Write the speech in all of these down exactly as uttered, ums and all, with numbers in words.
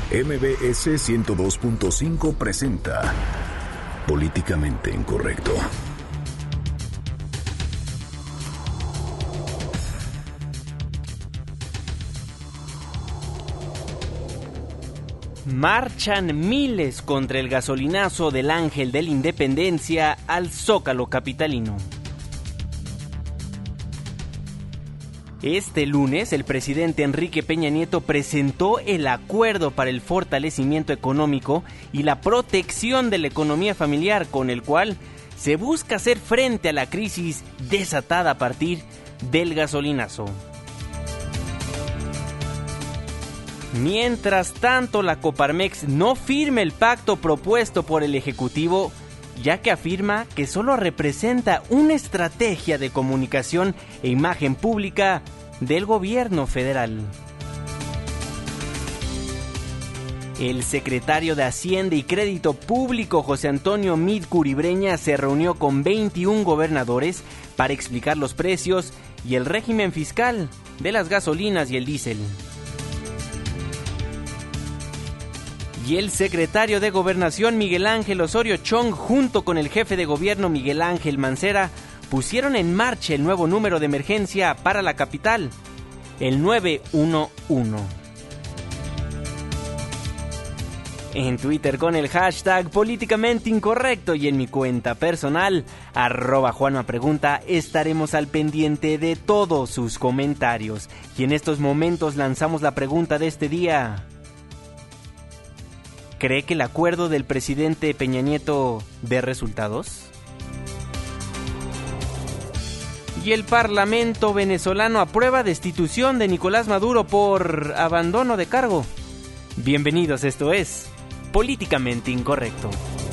M B S ciento dos punto cinco presenta Políticamente Incorrecto. Marchan miles contra el gasolinazo del Ángel de la Independencia al Zócalo capitalino. Este lunes, el presidente Enrique Peña Nieto presentó el acuerdo para el fortalecimiento económico y la protección de la economía familiar, con el cual se busca hacer frente a la crisis desatada a partir del gasolinazo. Mientras tanto, la Coparmex no firma el pacto propuesto por el Ejecutivo, ya que afirma que solo representa una estrategia de comunicación e imagen pública del gobierno federal. El secretario de Hacienda y Crédito Público, José Antonio Meade Curibreña, se reunió con veintiún gobernadores para explicar los precios y el régimen fiscal de las gasolinas y el diésel. Y el secretario de Gobernación, Miguel Ángel Osorio Chong, junto con el jefe de gobierno, Miguel Ángel Mancera, pusieron en marcha el nuevo número de emergencia para la capital, el nueve uno uno. En Twitter con el hashtag Políticamente Incorrecto y en mi cuenta personal, arroba Juanma Pregunta, estaremos al pendiente de todos sus comentarios. Y en estos momentos lanzamos la pregunta de este día. ¿Cree que el acuerdo del presidente Peña Nieto dé resultados? Y el Parlamento venezolano aprueba destitución de Nicolás Maduro por abandono de cargo. Bienvenidos, esto es Políticamente Incorrecto.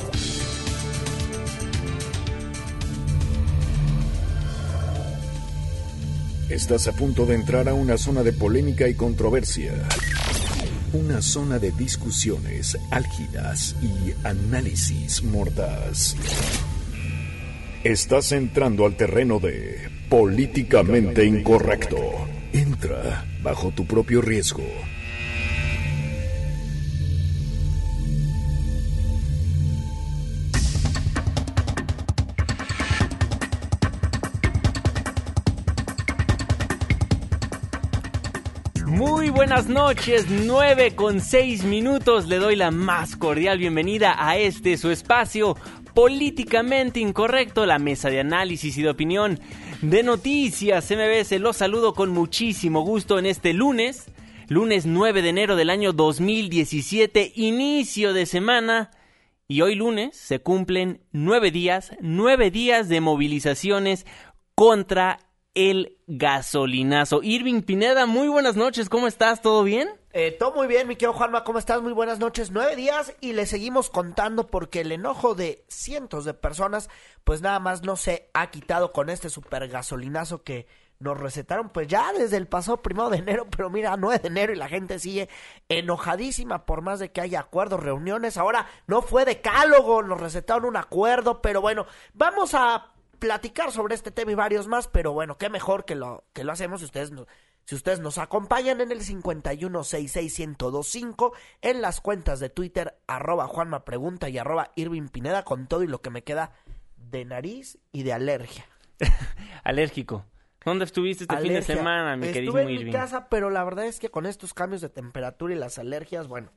Estás a punto de entrar a una zona de polémica y controversia. Una zona de discusiones álgidas y análisis mordaz. Estás entrando al terreno de Políticamente Incorrecto. Entra bajo tu propio riesgo. Muy buenas noches, nueve con seis minutos. Le doy la más cordial bienvenida a este su espacio Políticamente Incorrecto, la mesa de análisis y de opinión de Noticias M B S. Los saludo con muchísimo gusto en este lunes, lunes nueve de enero del año dos mil diecisiete, inicio de semana. Y hoy lunes se cumplen nueve días, nueve días de movilizaciones contra el gasolinazo. Irving Pineda, muy buenas noches, ¿cómo estás? ¿Todo bien? Eh, todo muy bien, mi querido Juanma, ¿cómo estás? Muy buenas noches. Nueve días y le seguimos contando porque el enojo de cientos de personas, pues nada más no se ha quitado con este super gasolinazo que nos recetaron, pues ya desde el pasado primero de enero, pero mira, nueve de enero y la gente sigue enojadísima por más de que haya acuerdos, reuniones. Ahora no fue decálogo, nos recetaron un acuerdo, pero bueno, vamos a platicar sobre este tema y varios más, pero bueno, qué mejor que lo que lo hacemos si ustedes nos, si ustedes nos acompañan en el cincuenta y uno sesenta y seis ciento veinticinco, en las cuentas de Twitter, arroba Juanma Pregunta y arroba Irving Pineda, con todo y lo que me queda de nariz y de alergia. Alérgico. ¿Dónde estuviste este alergia. fin de semana, mi queridísimo Irving? Estuve en mi casa, pero la verdad es que con estos cambios de temperatura y las alergias, bueno,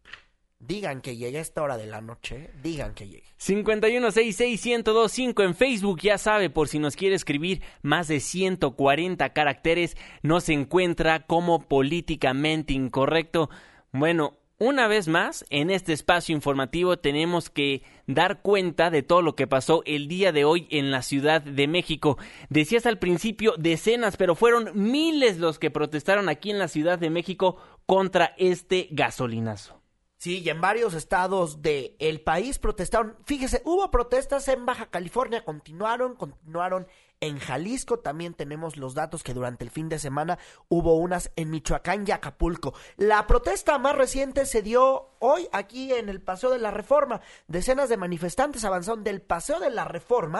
digan que llegue a esta hora de la noche, digan que llegue. cincuenta y uno sesenta y seis ciento veinticinco en Facebook, ya sabe, por si nos quiere escribir más de ciento cuarenta caracteres, nos encuentra como Políticamente Incorrecto. Bueno, una vez más, en este espacio informativo tenemos que dar cuenta de todo lo que pasó el día de hoy en la Ciudad de México. Decías al principio decenas, pero fueron miles los que protestaron aquí en la Ciudad de México contra este gasolinazo. Sí, y en varios estados del país protestaron. Fíjese, hubo protestas en Baja California, continuaron, continuaron en Jalisco. También tenemos los datos que durante el fin de semana hubo unas en Michoacán y Acapulco. La protesta más reciente se dio hoy aquí en el Paseo de la Reforma. Decenas de manifestantes avanzaron del Paseo de la Reforma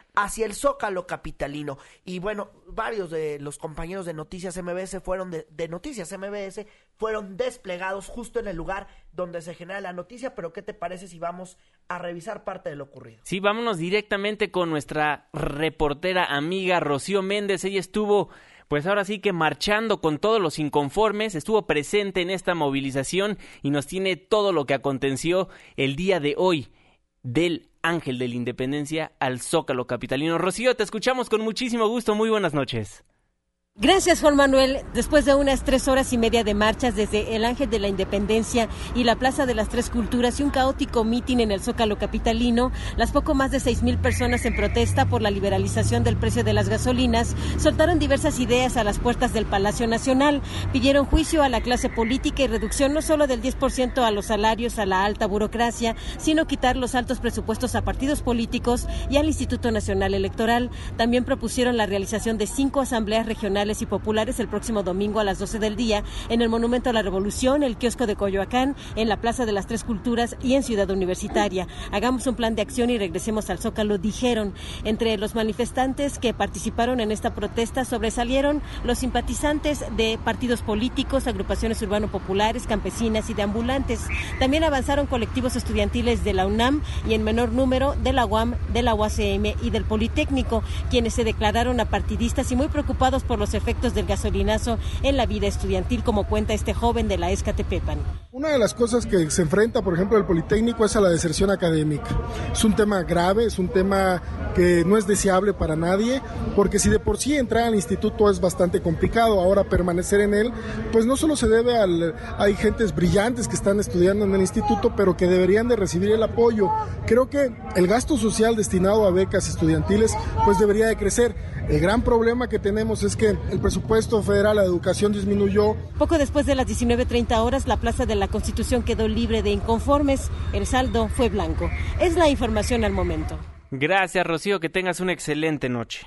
hacia el Zócalo capitalino. Y bueno, varios de los compañeros de Noticias M B S fueron de, de Noticias M B S fueron desplegados justo en el lugar donde se genera la noticia. Pero ¿qué te parece si vamos a revisar parte de lo ocurrido? Sí, vámonos directamente con nuestra reportera amiga Rocío Méndez. Ella estuvo, pues ahora sí que marchando con todos los inconformes, estuvo presente en esta movilización y nos tiene todo lo que aconteció el día de hoy del Ángel de la Independencia al Zócalo capitalino. Rocío, te escuchamos con muchísimo gusto. Muy buenas noches. Gracias, Juan Manuel. Después de unas tres horas y media de marchas desde el Ángel de la Independencia y la Plaza de las Tres Culturas y un caótico mitin en el Zócalo capitalino, las poco más de seis mil personas en protesta por la liberalización del precio de las gasolinas soltaron diversas ideas a las puertas del Palacio Nacional. Pidieron juicio a la clase política y reducción no solo del diez por ciento a los salarios, a la alta burocracia, sino quitar los altos presupuestos a partidos políticos y al Instituto Nacional Electoral. También propusieron la realización de cinco asambleas regionales y populares el próximo domingo a las doce del día en el Monumento a la Revolución, el kiosco de Coyoacán, en la Plaza de las Tres Culturas y en Ciudad Universitaria. Hagamos un plan de acción y regresemos al Zócalo, dijeron. Entre los manifestantes que participaron en esta protesta sobresalieron los simpatizantes de partidos políticos, agrupaciones urbano-populares, campesinas y de ambulantes. También avanzaron colectivos estudiantiles de la UNAM y en menor número de la U A M, de la U A C M y del Politécnico, quienes se declararon apartidistas y muy preocupados por los efectos del gasolinazo en la vida estudiantil, como cuenta este joven de la Escatepepan. Una de las cosas que se enfrenta, por ejemplo, el Politécnico es a la deserción académica. Es un tema grave, es un tema que no es deseable para nadie, porque si de por sí entrar al instituto es bastante complicado, ahora permanecer en él, pues no solo se debe al... Hay gentes brillantes que están estudiando en el instituto, pero que deberían de recibir el apoyo. Creo que el gasto social destinado a becas estudiantiles, pues debería de crecer. El gran problema que tenemos es que el presupuesto federal a educación disminuyó. Poco después de las diecinueve treinta horas, la Plaza de la Constitución quedó libre de inconformes. El saldo fue blanco. Es la información al momento. Gracias, Rocío. Que tengas una excelente noche.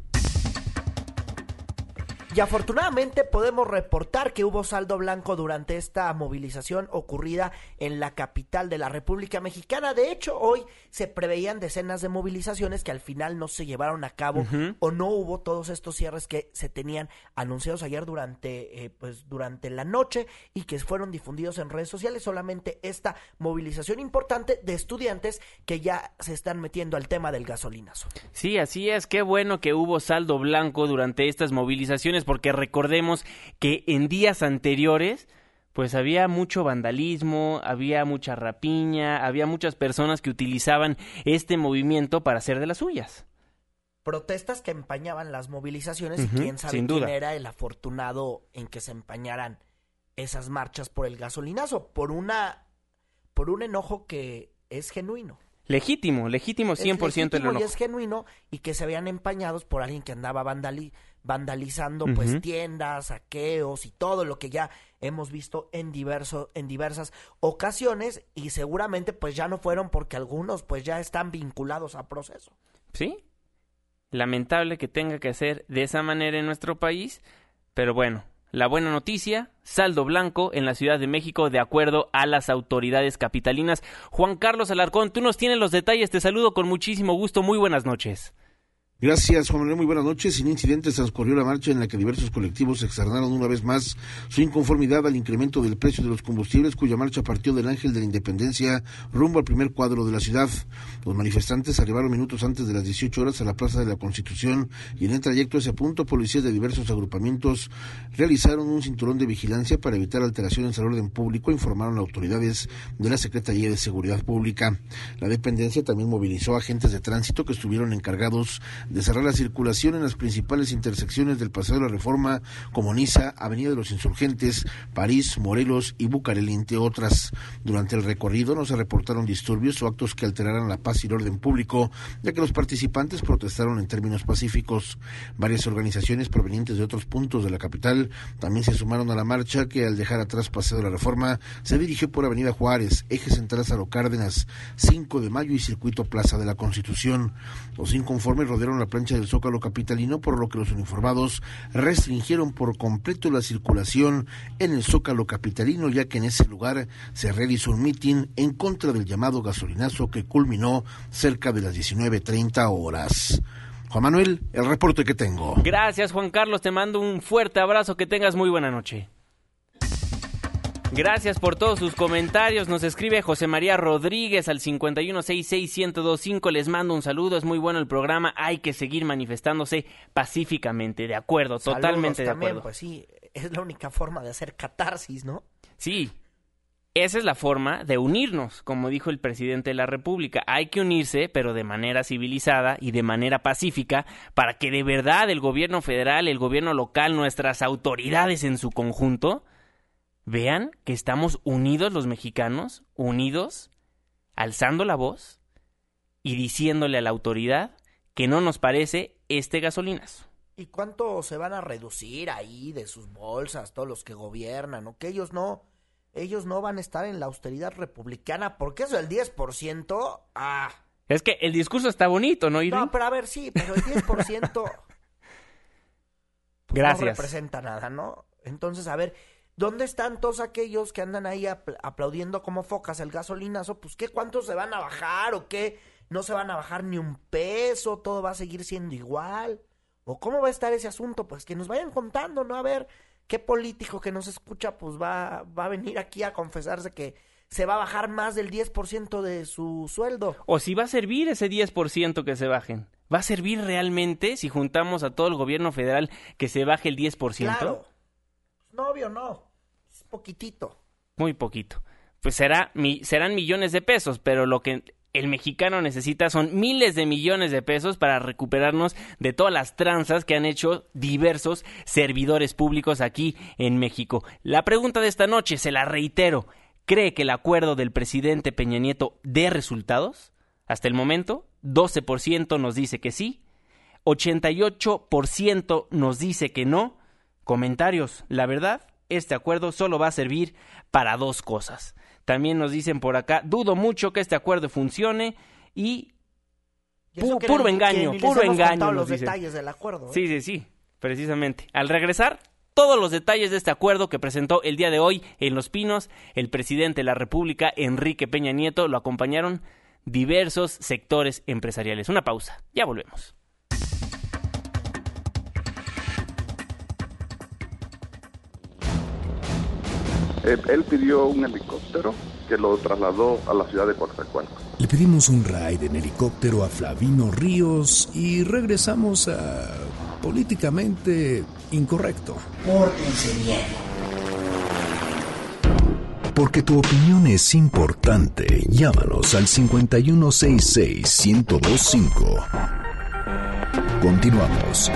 Y afortunadamente podemos reportar que hubo saldo blanco durante esta movilización ocurrida en la capital de la República Mexicana. De hecho, hoy se preveían decenas de movilizaciones que al final no se llevaron a cabo, uh-huh. o no hubo todos estos cierres que se tenían anunciados ayer durante, eh, pues, durante la noche y que fueron difundidos en redes sociales. Solamente esta movilización importante de estudiantes que ya se están metiendo al tema del gasolinazo. Sí, así es. Qué bueno que hubo saldo blanco durante estas movilizaciones, porque recordemos que en días anteriores pues había mucho vandalismo, había mucha rapiña, había muchas personas que utilizaban este movimiento para hacer de las suyas. Protestas que empañaban las movilizaciones, uh-huh, y quién sabe sin quién duda. Era el afortunado en que se empañaran esas marchas por el gasolinazo, por una por un enojo que es genuino. Legítimo, legítimo cien por ciento es legítimo el enojo. Y es genuino, y que se vean empañados por alguien que andaba vandali- vandalizando uh-huh. pues tiendas, saqueos y todo lo que ya hemos visto en diverso, en diversas ocasiones, y seguramente pues ya no fueron porque algunos pues ya están vinculados a proceso. Sí, lamentable que tenga que ser de esa manera en nuestro país, pero bueno. La buena noticia, saldo blanco en la Ciudad de México de acuerdo a las autoridades capitalinas. Juan Carlos Alarcón, tú nos tienes los detalles, te saludo con muchísimo gusto, muy buenas noches. Gracias, Juan Manuel, muy buenas noches. Sin incidentes transcurrió la marcha en la que diversos colectivos externaron una vez más su inconformidad al incremento del precio de los combustibles, cuya marcha partió del Ángel de la Independencia rumbo al primer cuadro de la ciudad. Los manifestantes arribaron minutos antes de las dieciocho horas a la Plaza de la Constitución y en el trayecto a ese punto, policías de diversos agrupamientos realizaron un cinturón de vigilancia para evitar alteraciones al orden público, informaron autoridades de la Secretaría de Seguridad Pública. La dependencia también movilizó agentes de tránsito que estuvieron encargados de cerrar la circulación en las principales intersecciones del Paseo de la Reforma, como Niza, Avenida de los Insurgentes, París, Morelos y Bucareli, entre otras. Durante el recorrido no se reportaron disturbios o actos que alteraran la paz y el orden público, ya que los participantes protestaron en términos pacíficos. Varias organizaciones provenientes de otros puntos de la capital también se sumaron a la marcha, que al dejar atrás Paseo de la Reforma se dirigió por Avenida Juárez, Eje Central Lázaro Cárdenas, cinco de mayo y Circuito Plaza de la Constitución. Los inconformes rodearon la plancha del Zócalo capitalino, por lo que los uniformados restringieron por completo la circulación en el Zócalo capitalino, ya que en ese lugar se realizó un mitin en contra del llamado gasolinazo que culminó cerca de las diecinueve treinta horas. Juan Manuel, el reporte que tengo. Gracias, Juan Carlos, te mando un fuerte abrazo, que tengas muy buena noche. Gracias por todos sus comentarios. Nos escribe José María Rodríguez al cincuenta y uno sesenta y seis, ciento veinticinco. Les mando un saludo, es muy bueno el programa. Hay que seguir manifestándose pacíficamente. De acuerdo, Saludos totalmente de también, acuerdo. Pues sí, es la única forma de hacer catarsis, ¿no? Sí, esa es la forma de unirnos, como dijo el presidente de la República. Hay que unirse, pero de manera civilizada y de manera pacífica, para que de verdad el gobierno federal, el gobierno local, nuestras autoridades en su conjunto vean que estamos unidos los mexicanos, unidos, alzando la voz y diciéndole a la autoridad que no nos parece este gasolinazo. ¿Y cuánto se van a reducir ahí de sus bolsas todos los que gobiernan? ¿O que ellos no, ellos no van a estar en la austeridad republicana? Porque eso del diez por ciento, ah... Es que el discurso está bonito, ¿no, Irving? No, pero a ver, sí, pero el diez por ciento pues Gracias. no representa nada, ¿no? Entonces, a ver... ¿Dónde están todos aquellos que andan ahí apl- aplaudiendo como focas el gasolinazo? Pues, ¿qué? ¿Cuántos se van a bajar? ¿O qué? ¿No se van a bajar ni un peso? ¿Todo va a seguir siendo igual? ¿O cómo va a estar ese asunto? Pues que nos vayan contando, ¿no? A ver, ¿qué político que nos escucha pues va, va a venir aquí a confesarse que se va a bajar más del diez por ciento de su sueldo? O si va a servir ese diez por ciento que se bajen. ¿Va a servir realmente si juntamos a todo el gobierno federal que se baje el diez por ciento? Claro. No, obvio no. Es poquitito. Muy poquito. Pues será mi, serán millones de pesos, pero lo que el mexicano necesita son miles de millones de pesos para recuperarnos de todas las tranzas que han hecho diversos servidores públicos aquí en México. La pregunta de esta noche, se la reitero, ¿cree que el acuerdo del presidente Peña Nieto dé resultados? Hasta el momento, doce por ciento nos dice que sí, ochenta y ocho por ciento nos dice que no. Comentarios, la verdad, este acuerdo solo va a servir para dos cosas. También nos dicen por acá, dudo mucho que este acuerdo funcione y, Y eso pu- que puro ni- engaño, que ni les puro hemos engaño contado nos los dicen. detalles del acuerdo, ¿eh? Sí, sí, sí, precisamente. Al regresar, todos los detalles de este acuerdo que presentó el día de hoy en Los Pinos, el presidente de la República, Enrique Peña Nieto, lo acompañaron diversos sectores empresariales. Una pausa, ya volvemos. Eh, él pidió un helicóptero que lo trasladó a la ciudad de Coatzacoalcos. Le pedimos un ride en helicóptero a Flavino Ríos y regresamos a Políticamente Incorrecto. Pórtense bien. Porque tu opinión es importante. Llámanos al cincuenta y uno sesenta y seis, ciento veinticinco. Continuamos.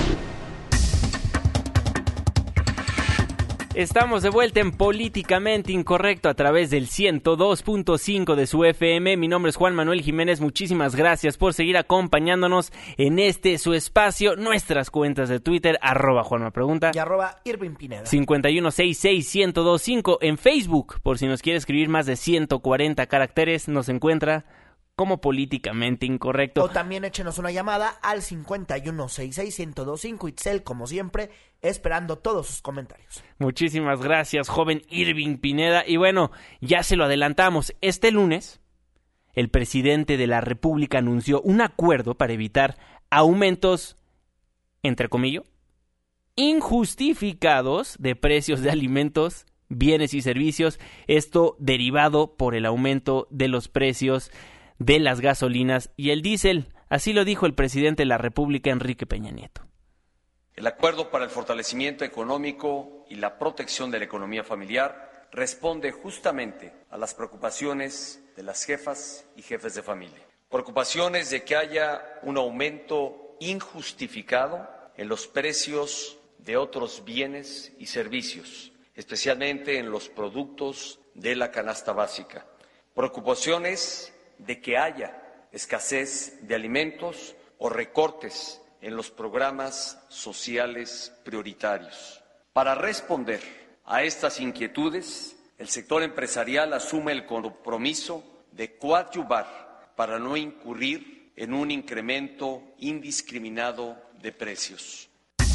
Estamos de vuelta en Políticamente Incorrecto a través del ciento dos punto cinco de su F M. Mi nombre es Juan Manuel Jiménez. Muchísimas gracias por seguir acompañándonos en este su espacio. Nuestras cuentas de Twitter, arroba Juanma Pregunta. Y arroba Irving Pineda. cincuenta y uno sesenta y seis, ciento veinticinco. En Facebook, por si nos quiere escribir más de ciento cuarenta caracteres, nos encuentra como Políticamente Incorrecto. O también échenos una llamada al cincuenta y uno sesenta y seis, ciento veinticinco. Itzel, como siempre, esperando todos sus comentarios. Muchísimas gracias, joven Irving Pineda. Y bueno, ya se lo adelantamos. Este lunes, el presidente de la República anunció un acuerdo para evitar aumentos, entre comillas, injustificados de precios de alimentos, bienes y servicios. Esto derivado por el aumento de los precios de las gasolinas y el diésel. Así lo dijo el presidente de la República, Enrique Peña Nieto. El acuerdo para el fortalecimiento económico y la protección de la economía familiar responde justamente a las preocupaciones de las jefas y jefes de familia. Preocupaciones de que haya un aumento injustificado en los precios de otros bienes y servicios, especialmente en los productos de la canasta básica. Preocupaciones de que haya escasez de alimentos o recortes en los programas sociales prioritarios. Para responder a estas inquietudes, el sector empresarial asume el compromiso de coadyuvar para no incurrir en un incremento indiscriminado de precios.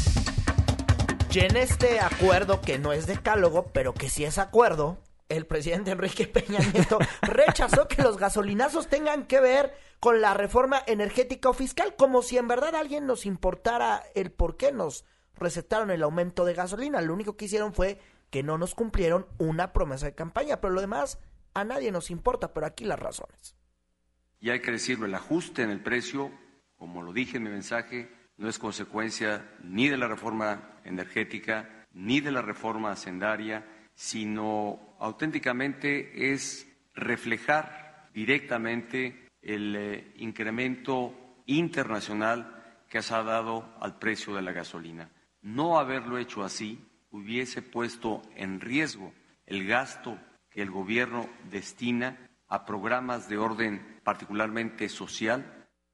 Y en este acuerdo, que no es decálogo, pero que sí es acuerdo, el presidente Enrique Peña Nieto rechazó que los gasolinazos tengan que ver con la reforma energética o fiscal, como si en verdad a alguien nos importara el por qué nos recetaron el aumento de gasolina. Lo único que hicieron fue que no nos cumplieron una promesa de campaña, pero lo demás a nadie nos importa, pero aquí las razones. Y hay que decirlo, el ajuste en el precio, como lo dije en mi mensaje, no es consecuencia ni de la reforma energética, ni de la reforma hacendaria, sino auténticamente es reflejar directamente el eh, incremento internacional que se ha dado al precio de la gasolina. No haberlo hecho así hubiese puesto en riesgo el gasto que el gobierno destina a programas de orden particularmente social.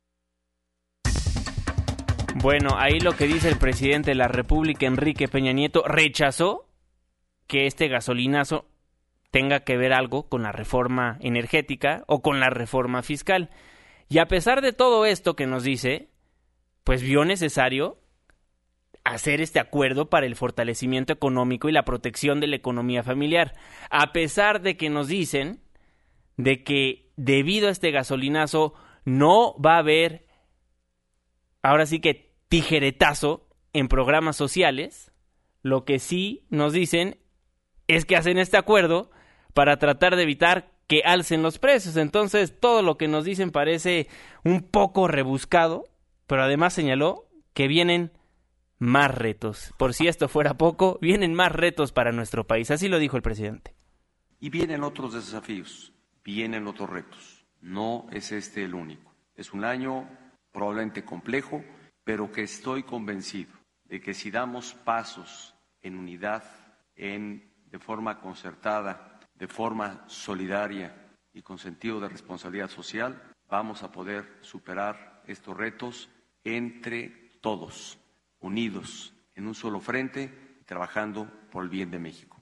Bueno, ahí lo que dice el presidente de la República, Enrique Peña Nieto, rechazó que este gasolinazo tenga que ver algo con la reforma energética o con la reforma fiscal. Y a pesar de todo esto que nos dice, pues vio necesario hacer este acuerdo para el fortalecimiento económico y la protección de la economía familiar. A pesar de que nos dicen de que debido a este gasolinazo no va a haber, ahora sí que tijeretazo en programas sociales, lo que sí nos dicen es que hacen este acuerdo para tratar de evitar que alcen los precios. Entonces, todo lo que nos dicen parece un poco rebuscado, pero además señaló que vienen más retos. Por si esto fuera poco, vienen más retos para nuestro país. Así lo dijo el presidente. Y vienen otros desafíos, vienen otros retos. No es este el único. Es un año probablemente complejo, pero que estoy convencido de que si damos pasos en unidad, en, de forma concertada, de forma solidaria y con sentido de responsabilidad social, vamos a poder superar estos retos entre todos, unidos en un solo frente, trabajando por el bien de México.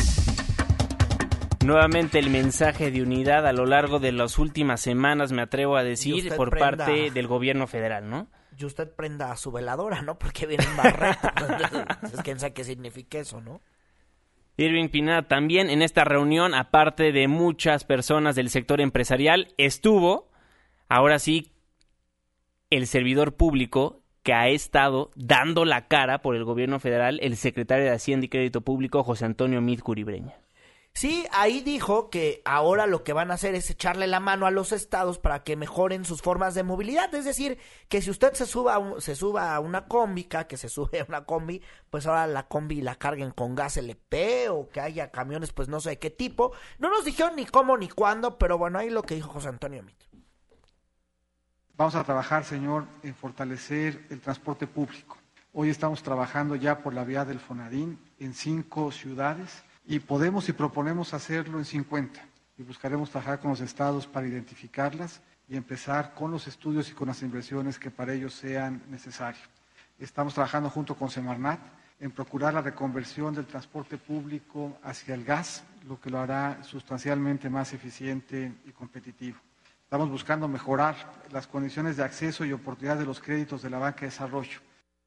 Nuevamente el mensaje de unidad a lo largo de las últimas semanas, me atrevo a decir, por prenda, parte del gobierno federal, ¿no? Y usted prenda su veladora, ¿no? Porque vienen más retos. Entonces, ¿quién sabe qué significa eso, no? Irving Pineda, también en esta reunión, aparte de muchas personas del sector empresarial, estuvo, ahora sí, el servidor público que ha estado dando la cara por el gobierno federal, el secretario de Hacienda y Crédito Público, José Antonio Meade Curibreña. Sí, ahí dijo que ahora lo que van a hacer es echarle la mano a los estados para que mejoren sus formas de movilidad. Es decir, que si usted se suba a un, se suba a una cómbica, que se sube a una combi, pues ahora la combi la carguen con gas L P o que haya camiones, pues no sé de qué tipo. No nos dijeron ni cómo ni cuándo, pero bueno, ahí lo que dijo José Antonio Meade. Vamos a trabajar, señor, en fortalecer el transporte público. Hoy estamos trabajando ya por la vía del Fonadín en cinco ciudades. Y podemos y proponemos hacerlo en cincuenta. Y buscaremos trabajar con los estados para identificarlas y empezar con los estudios y con las inversiones que para ellos sean necesarios. Estamos trabajando junto con Semarnat en procurar la reconversión del transporte público hacia el gas, lo que lo hará sustancialmente más eficiente y competitivo. Estamos buscando mejorar las condiciones de acceso y oportunidad de los créditos de la banca de desarrollo.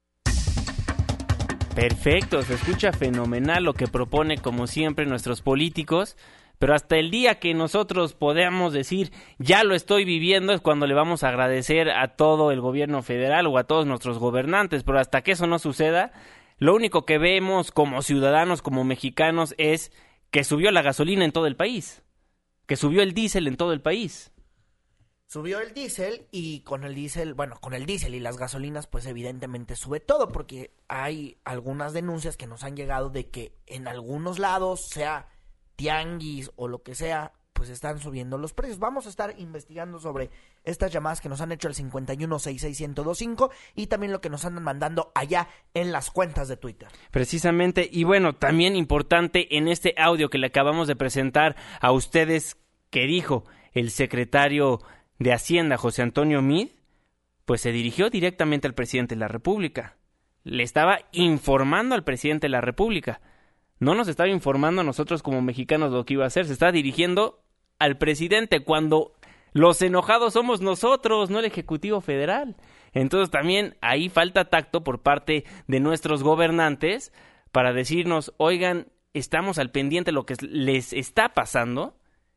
Perfecto, se escucha fenomenal lo que propone como siempre nuestros políticos, pero hasta el día que nosotros podamos decir ya lo estoy viviendo es cuando le vamos a agradecer a todo el gobierno federal o a todos nuestros gobernantes, pero hasta que eso no suceda, lo único que vemos como ciudadanos, como mexicanos es que subió la gasolina en todo el país, que subió el diésel en todo el país. Subió el diésel y con el diésel, bueno, con el diésel y las gasolinas, pues evidentemente sube todo, porque hay algunas denuncias que nos han llegado de que en algunos lados, sea tianguis o lo que sea, pues están subiendo los precios. Vamos a estar investigando sobre estas llamadas que nos han hecho al cincuenta y uno sesenta y seis ciento veinticinco y también lo que nos andan mandando allá en las cuentas de Twitter. Precisamente, y bueno, también importante en este audio que le acabamos de presentar a ustedes, que dijo el secretario de Hacienda, José Antonio Meade, pues se dirigió directamente al presidente de la República. Le estaba informando al presidente de la República. No nos estaba informando a nosotros como mexicanos lo que iba a hacer, se estaba dirigiendo al presidente cuando Los enojados somos nosotros, no el Ejecutivo Federal. Entonces también ahí falta tacto por parte de nuestros gobernantes para decirnos, oigan, estamos al pendiente de lo que les está pasando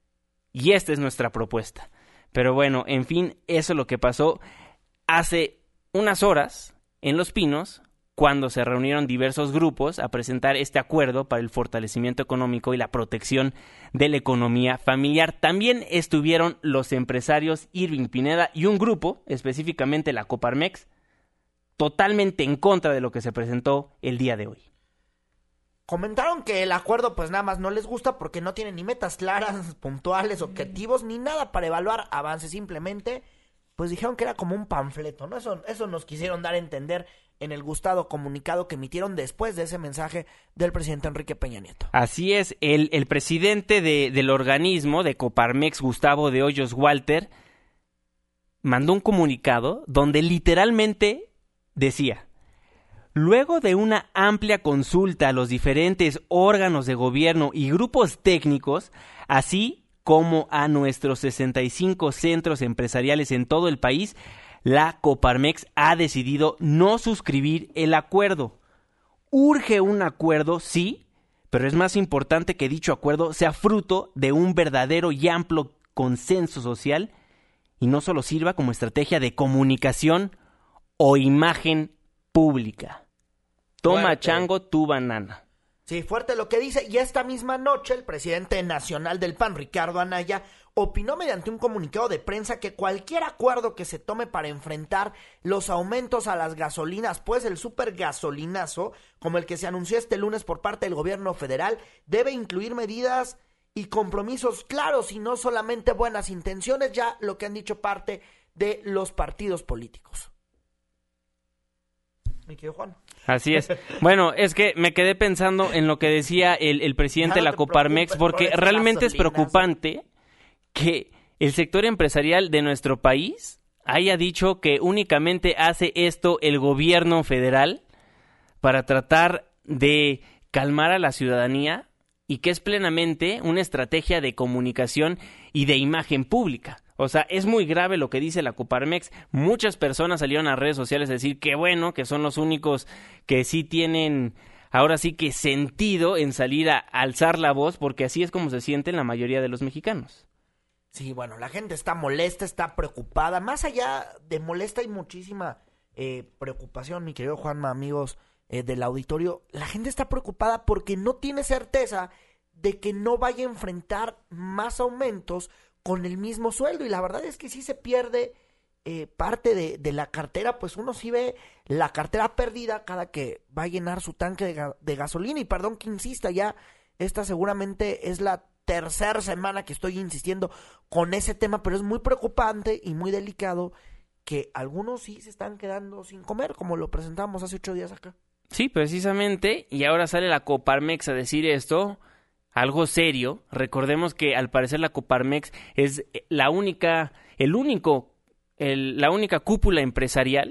y esta es nuestra propuesta. Pero bueno, en fin, eso es lo que pasó hace unas horas en Los Pinos, cuando se reunieron diversos grupos a presentar este acuerdo para el fortalecimiento económico y la protección de la economía familiar. También estuvieron los empresarios Irving Pineda y un grupo, específicamente la Coparmex, totalmente en contra de lo que se presentó el día de hoy. Comentaron que el acuerdo pues nada más no les gusta porque no tiene ni metas claras, puntuales, objetivos, ni nada para evaluar avances. Simplemente pues dijeron que era como un panfleto, ¿no? Eso, eso nos quisieron dar a entender en el gustado comunicado que emitieron después de ese mensaje del presidente Enrique Peña Nieto. Así es, el, el presidente de, del organismo de Coparmex, Gustavo de Hoyos Walter, mandó un comunicado donde literalmente decía: luego de una amplia consulta a los diferentes órganos de gobierno y grupos técnicos, así como a nuestros sesenta y cinco centros empresariales en todo el país, la Coparmex ha decidido no suscribir el acuerdo. Urge un acuerdo, sí, pero es más importante que dicho acuerdo sea fruto de un verdadero y amplio consenso social y no solo sirva como estrategia de comunicación o imagen pública. Toma, fuerte. Chango, tu banana. Sí, fuerte lo que dice. Y esta misma noche el presidente nacional del P A N, Ricardo Anaya, opinó mediante un comunicado de prensa que cualquier acuerdo que se tome para enfrentar los aumentos a las gasolinas, pues el super gasolinazo, como el que se anunció este lunes por parte del gobierno federal, debe incluir medidas y compromisos claros y no solamente buenas intenciones, ya lo que han dicho parte de los partidos políticos. Mi querido Juan. Así es. Bueno, es que me quedé pensando en lo que decía el, el presidente de la Coparmex, porque realmente es preocupante que el sector empresarial de nuestro país haya dicho que únicamente hace esto el gobierno federal para tratar de calmar a la ciudadanía y que es plenamente una estrategia de comunicación y de imagen pública. O sea, es muy grave lo que dice la Coparmex. Muchas personas salieron a redes sociales a decir que bueno, que son los únicos que sí tienen, ahora sí que sentido en salir a alzar la voz, porque así es como se sienten la mayoría de los mexicanos. Sí, bueno, la gente está molesta, está preocupada. Más allá de molesta hay muchísima eh, preocupación, mi querido Juanma, amigos eh, del auditorio. La gente está preocupada porque no tiene certeza de que no vaya a enfrentar más aumentos con el mismo sueldo, y la verdad es que sí se pierde eh, parte de, de la cartera, pues uno sí ve la cartera perdida cada que va a llenar su tanque de, ga- de gasolina, y perdón que insista, ya esta seguramente es la tercera semana que estoy insistiendo con ese tema, pero es muy preocupante y muy delicado que algunos sí se están quedando sin comer, como lo presentamos hace ocho días acá. Sí, precisamente, y ahora sale la Coparmex a decir esto, algo serio. Recordemos que al parecer la Coparmex es la única, el único, el, la única cúpula empresarial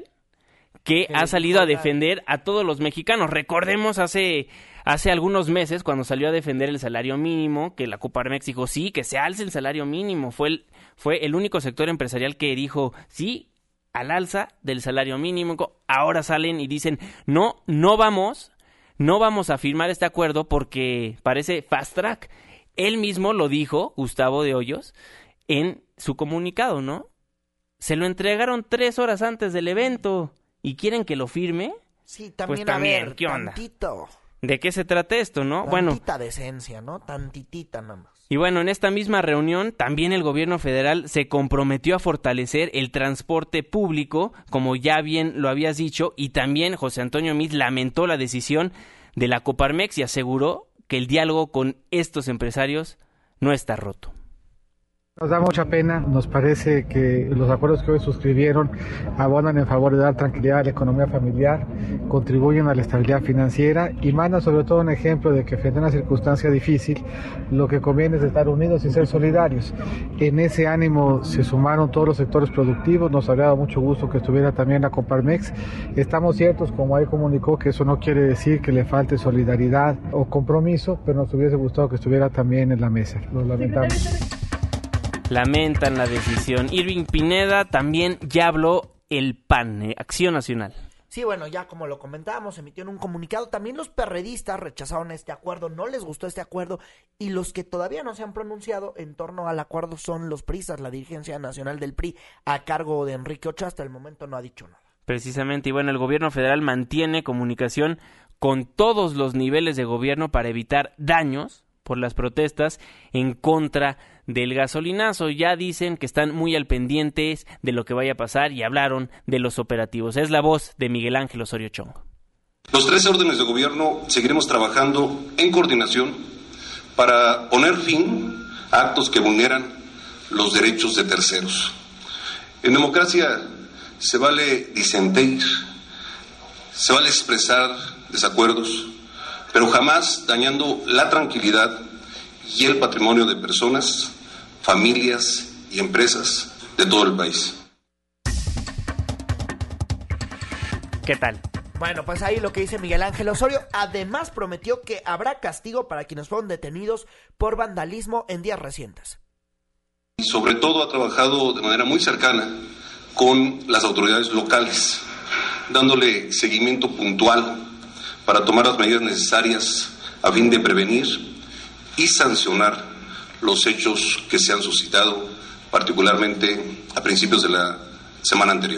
que ha salido a defender a todos los mexicanos. Recordemos hace, hace algunos meses cuando salió a defender el salario mínimo, que la Coparmex dijo sí, que se alce el salario mínimo. Fue el, fue el único sector empresarial que dijo sí al alza del salario mínimo. Ahora salen y dicen no, no vamos No vamos a firmar este acuerdo porque parece fast track. Él mismo lo dijo, Gustavo de Hoyos, en su comunicado, ¿no? Se lo entregaron tres horas antes del evento y quieren que lo firme. Sí, también, pues también, a ver, ¿qué onda? tantito. ¿De qué se trata esto, no? Tantita Bueno, decencia, ¿no? Tantitita nada más. y bueno, en esta misma reunión también el gobierno federal se comprometió a fortalecer el transporte público, como ya bien lo habías dicho, y también José Antonio Meade lamentó la decisión de la Coparmex y aseguró que el diálogo con estos empresarios no está roto. Nos da mucha pena, nos parece que los acuerdos que hoy suscribieron abonan en favor de dar tranquilidad a la economía familiar, contribuyen a la estabilidad financiera y mandan sobre todo un ejemplo de que frente a una circunstancia difícil lo que conviene es estar unidos y ser solidarios. En ese ánimo se sumaron todos los sectores productivos, nos habría dado mucho gusto que estuviera también la Coparmex. Estamos ciertos, como ahí comunicó, que eso no quiere decir que le falte solidaridad o compromiso, pero nos hubiese gustado que estuviera también en la mesa. Lo lamentamos. lamentan la decisión. Irving Pineda también ya habló el P A N, eh, Acción Nacional. Sí, bueno, ya como lo comentábamos, emitió en un comunicado. También los perredistas rechazaron este acuerdo, no les gustó este acuerdo, y los que todavía no se han pronunciado en torno al acuerdo son los priistas, la dirigencia nacional del P R I, a cargo de Enrique Ochoa, hasta el momento no ha dicho nada. Precisamente, y bueno, el gobierno federal mantiene comunicación con todos los niveles de gobierno para evitar daños por las protestas en contra del gasolinazo. Ya dicen que están muy al pendientes de lo que vaya a pasar y hablaron de los operativos. Es la voz de Miguel Ángel Osorio Chong. Los tres órdenes de gobierno seguiremos trabajando en coordinación para poner fin a actos que vulneran los derechos de terceros. En democracia se vale disentir, se vale expresar desacuerdos, pero jamás dañando la tranquilidad y el patrimonio de personas, familias y empresas de todo el país. ¿Qué tal? Bueno, pues ahí lo que dice Miguel Ángel Osorio. Además prometió que habrá castigo para quienes fueron detenidos por vandalismo en días recientes. Y sobre todo ha trabajado de manera muy cercana con las autoridades locales, dándole seguimiento puntual para tomar las medidas necesarias a fin de prevenir y sancionar los hechos que se han suscitado, particularmente a principios de la semana anterior.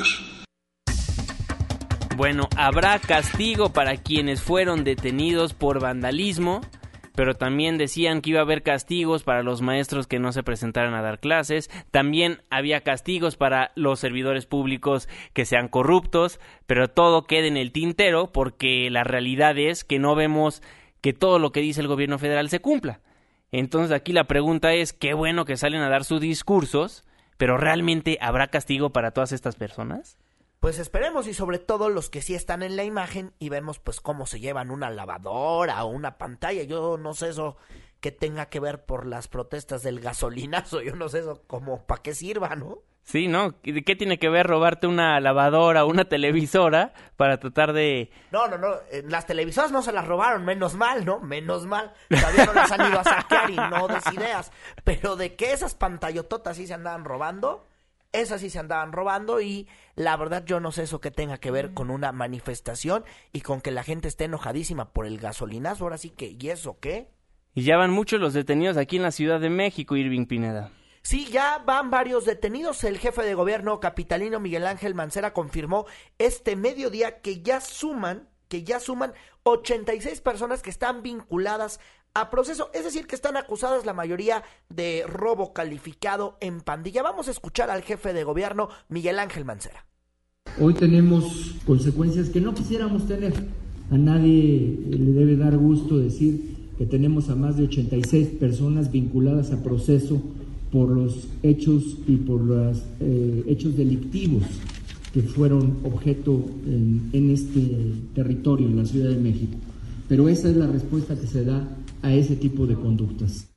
Bueno, habrá castigo para quienes fueron detenidos por vandalismo, pero también decían que iba a haber castigos para los maestros que no se presentaran a dar clases. También había castigos para los servidores públicos que sean corruptos, pero todo queda en el tintero porque la realidad es que no vemos que todo lo que dice el gobierno federal se cumpla. Entonces aquí la pregunta es, qué bueno que salen a dar sus discursos, pero ¿realmente habrá castigo para todas estas personas? Pues esperemos, y sobre todo los que sí están en la imagen y vemos pues cómo se llevan una lavadora o una pantalla. Yo no sé eso que tenga que ver por las protestas del gasolinazo, yo no sé eso como para qué sirva, ¿no? Sí, ¿no? ¿Qué tiene que ver robarte una lavadora o una televisora para tratar de...? No, no, no, las televisoras no se las robaron, menos mal, ¿no? Menos mal, todavía no las han ido a saquear y no des ideas, pero de que esas pantallototas sí se andaban robando... Esas sí se andaban robando y la verdad yo no sé eso que tenga que ver con una manifestación y con que la gente esté enojadísima por el gasolinazo. Ahora sí que, ¿y eso qué? Y ya van muchos los detenidos aquí en la Ciudad de México, Irving Pineda. Sí, ya van varios detenidos. El jefe de gobierno capitalino Miguel Ángel Mancera confirmó este mediodía que ya suman, que ya suman ochenta y seis personas que están vinculadas a proceso, es decir, que están acusadas la mayoría de robo calificado en pandilla. Vamos a escuchar al jefe de gobierno, Miguel Ángel Mancera. Hoy tenemos consecuencias que no quisiéramos tener. A nadie le debe dar gusto decir que tenemos a más de ochenta y seis personas vinculadas a proceso por los hechos y por los eh, hechos delictivos que fueron objeto en, en este territorio, en la Ciudad de México. Pero esa es la respuesta que se da a ese tipo de conductas.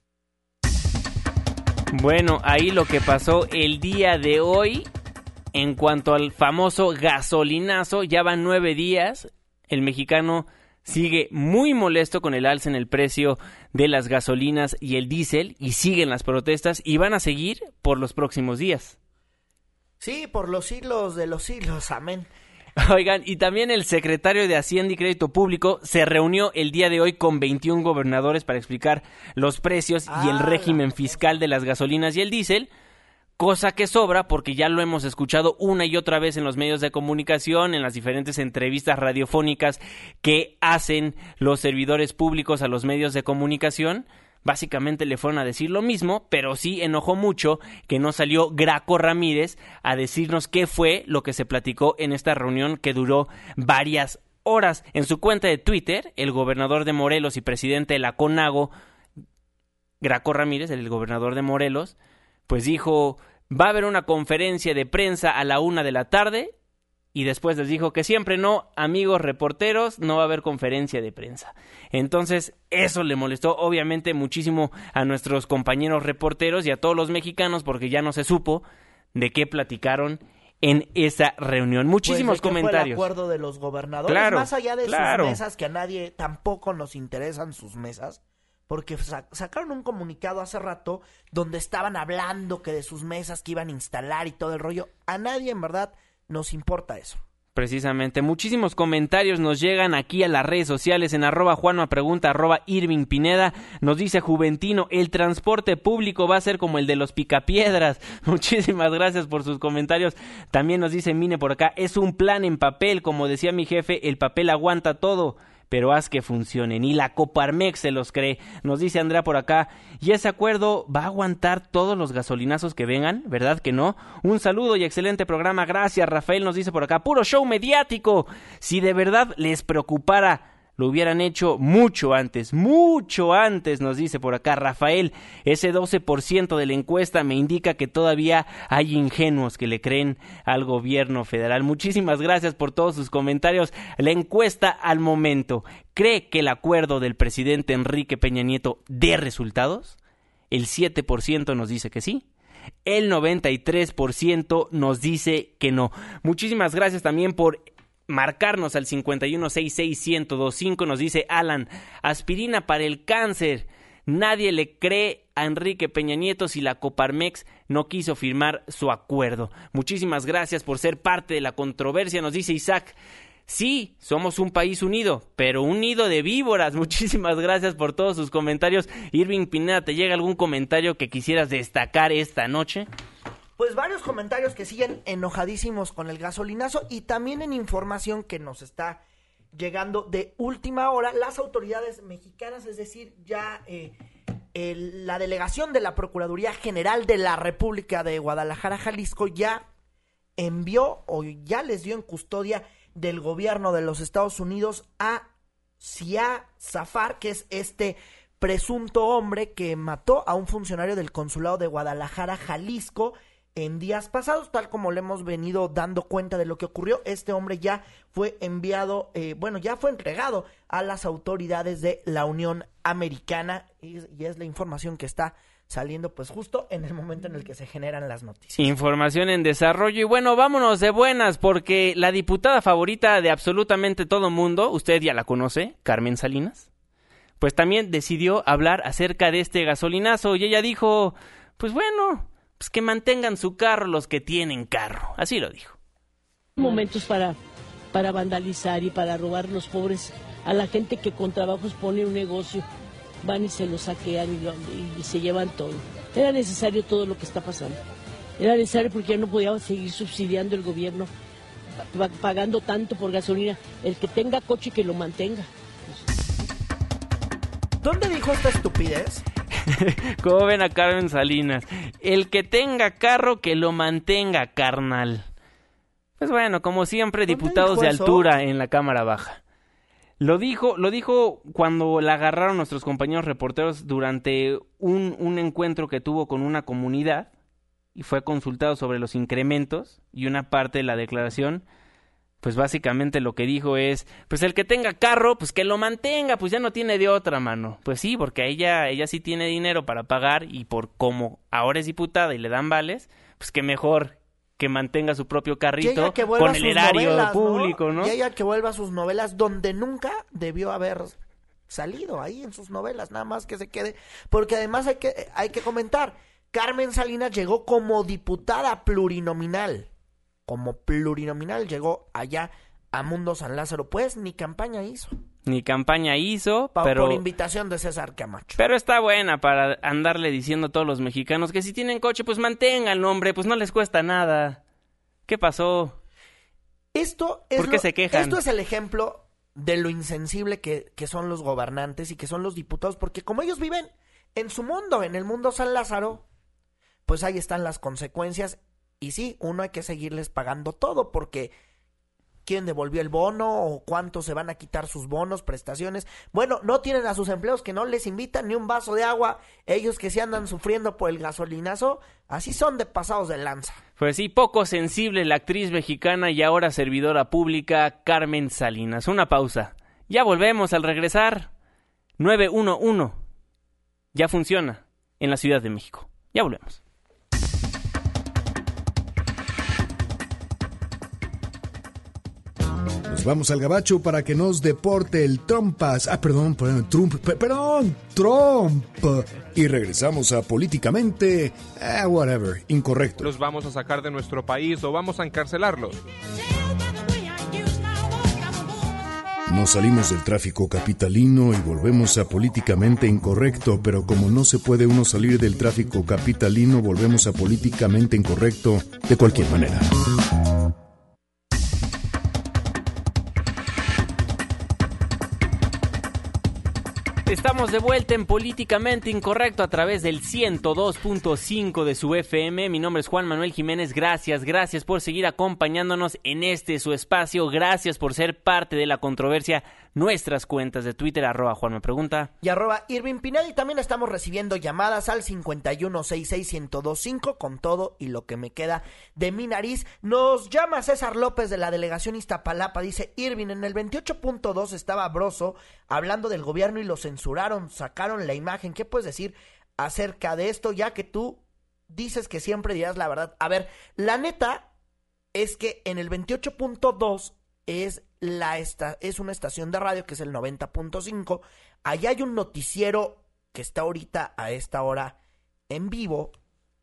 Bueno, ahí lo que pasó el día de hoy en cuanto al famoso gasolinazo, ya van nueve días, el mexicano sigue muy molesto con el alza en el precio de las gasolinas y el diésel y siguen las protestas y van a seguir por los próximos días. Sí, por los siglos de los siglos, amén. Oigan, y también el secretario de Hacienda y Crédito Público se reunió el día de hoy con veintiún gobernadores para explicar los precios ah, y el régimen fiscal de las gasolinas y el diésel, cosa que sobra porque ya lo hemos escuchado una y otra vez en los medios de comunicación, en las diferentes entrevistas radiofónicas que hacen los servidores públicos a los medios de comunicación. Básicamente le fueron a decir lo mismo, pero sí enojó mucho que no salió Graco Ramírez a decirnos qué fue lo que se platicó en esta reunión que duró varias horas. En su cuenta de Twitter, el gobernador de Morelos y presidente de la CONAGO, Graco Ramírez, el gobernador de Morelos, pues dijo, va a haber una conferencia de prensa a la una de la tarde, y después les dijo que siempre no, amigos reporteros, no va a haber conferencia de prensa. Entonces, eso le molestó obviamente muchísimo a nuestros compañeros reporteros y a todos los mexicanos porque ya no se supo de qué platicaron en esa reunión. Muchísimos pues de comentarios. Fue el acuerdo de los gobernadores, claro, más allá de claro. sus mesas, que a nadie tampoco nos interesan sus mesas, porque sa- sacaron un comunicado hace rato donde estaban hablando que de sus mesas que iban a instalar y todo el rollo. A nadie en verdad nos importa eso. Precisamente, muchísimos comentarios nos llegan aquí a las redes sociales en arroba Juanma Pregunta, arroba Irving Pineda. Nos dice Juventino, el transporte público va a ser como el de los Picapiedras. Muchísimas gracias por sus comentarios. También nos dice Mine por acá, es un plan en papel, como decía mi jefe, el papel aguanta todo, pero haz que funcione. Ni la Coparmex se los cree. Nos dice Andrea por acá, ¿y ese acuerdo va a aguantar todos los gasolinazos que vengan? ¿Verdad que no? Un saludo y excelente programa. Gracias, Rafael nos dice por acá, puro show mediático. Si de verdad les preocupara, lo hubieran hecho mucho antes, mucho antes, nos dice por acá Rafael. Ese doce por ciento de la encuesta me indica que todavía hay ingenuos que le creen al gobierno federal. Muchísimas gracias por todos sus comentarios. La encuesta al momento, ¿cree que el acuerdo del presidente Enrique Peña Nieto dé resultados? El siete por ciento nos dice que sí. El noventa y tres por ciento nos dice que no. Muchísimas gracias también por marcarnos al cincuenta y uno sesenta y seis, ciento veinticinco. Nos dice Alan, aspirina para el cáncer. Nadie le cree a Enrique Peña Nieto si la Coparmex no quiso firmar su acuerdo. Muchísimas gracias por ser parte de la controversia, nos dice Isaac. Sí, somos un país unido, pero un nido de víboras. Muchísimas gracias por todos sus comentarios. Irving Pineda, ¿te llega algún comentario que quisieras destacar esta noche? Pues varios comentarios que siguen enojadísimos con el gasolinazo y también en información que nos está llegando de última hora. Las autoridades mexicanas, es decir, ya eh, el, la delegación de la Procuraduría General de la República de Guadalajara, Jalisco, ya envió o ya les dio en custodia del gobierno de los Estados Unidos a Sia Zafar, que es este presunto hombre que mató a un funcionario del consulado de Guadalajara, Jalisco, en días pasados. Tal como le hemos venido dando cuenta de lo que ocurrió, este hombre ya fue enviado, eh, bueno, ya fue entregado a las autoridades de la Unión Americana y, y es la información que está saliendo pues justo en el momento en el que se generan las noticias. Información en desarrollo y bueno, vámonos de buenas porque la diputada favorita de absolutamente todo mundo, usted ya la conoce, Carmen Salinas, pues también decidió hablar acerca de este gasolinazo y ella dijo, pues bueno, pues que mantengan su carro los que tienen carro, así lo dijo. Momentos para, para vandalizar y para robar los pobres a la gente que con trabajos pone un negocio, van y se lo saquean y, lo, y se llevan todo. Era necesario todo lo que está pasando. Era necesario porque ya no podía seguir subsidiando el gobierno, pagando tanto por gasolina. El que tenga coche que lo mantenga. ¿Dónde dijo esta estupidez? ¿Cómo ven a Carmen Salinas? El que tenga carro, que lo mantenga, carnal. Pues bueno, como siempre, diputados de altura en la Cámara Baja. Lo dijo, lo dijo cuando la agarraron nuestros compañeros reporteros durante un, un encuentro que tuvo con una comunidad y fue consultado sobre los incrementos y una parte de la declaración, pues básicamente lo que dijo es, pues el que tenga carro, pues que lo mantenga, pues ya no tiene de otra, mano. Pues sí, porque ella, ella sí tiene dinero para pagar y por como ahora es diputada y le dan vales, pues que mejor que mantenga su propio carrito con el erario novelas, público, ¿no? ¿no? Y ella que vuelva a sus novelas donde nunca debió haber salido, ahí en sus novelas, nada más que se quede, porque además hay que, hay que comentar, Carmen Salinas llegó como diputada plurinominal, como plurinominal llegó allá a Mundo San Lázaro, pues ni campaña hizo. Ni campaña hizo, pa- pero... Por invitación de César Camacho. Pero está buena para andarle diciendo a todos los mexicanos que si tienen coche, pues mantengan, hombre, pues no les cuesta nada. ¿Qué pasó? Esto es ¿Por qué lo, se quejan? Esto es el ejemplo de lo insensible que, que son los gobernantes y que son los diputados, porque como ellos viven en su mundo, en el mundo San Lázaro, pues ahí están las consecuencias. Y sí, uno hay que seguirles pagando todo, porque ¿quién devolvió el bono? ¿O cuánto se van a quitar sus bonos, prestaciones? Bueno, no tienen a sus empleados que no les invitan ni un vaso de agua. Ellos que se andan sufriendo por el gasolinazo, así son de pasados de lanza. Pues sí, poco sensible la actriz mexicana y ahora servidora pública Carmen Salinas. Una pausa. Ya volvemos al regresar. nueve uno uno. Ya funciona en la Ciudad de México. Ya volvemos. Nos vamos al gabacho para que nos deporte el Trumpas. Ah, perdón, perdón, Trump, perdón, Trump. Y regresamos a Políticamente, eh, whatever, incorrecto. Los vamos a sacar de nuestro país o vamos a encarcelarlos. Nos salimos del tráfico capitalino y volvemos a Políticamente Incorrecto, pero como no se puede uno salir del tráfico capitalino, volvemos a Políticamente Incorrecto de cualquier manera. Estamos de vuelta en Políticamente Incorrecto a través del ciento dos punto cinco de su F M. Mi nombre es Juan Manuel Jiménez. Gracias, gracias por seguir acompañándonos en este su espacio. Gracias por ser parte de la controversia. Nuestras cuentas de Twitter, arroba Juan me pregunta. Y arroba Irving Pineda. Y también estamos recibiendo llamadas al cincuenta y uno sesenta y seis, ciento veinticinco con todo y lo que me queda de mi nariz. Nos llama César López de la delegación Iztapalapa. Dice: Irving, en el veintiocho punto dos estaba Broso hablando del gobierno y lo censuraron, sacaron la imagen. ¿Qué puedes decir acerca de esto, ya que tú dices que siempre dirás la verdad? A ver, la neta es que en el veintiocho punto dos es la esta, es una estación de radio que es el noventa punto cinco. Allá hay un noticiero que está ahorita a esta hora en vivo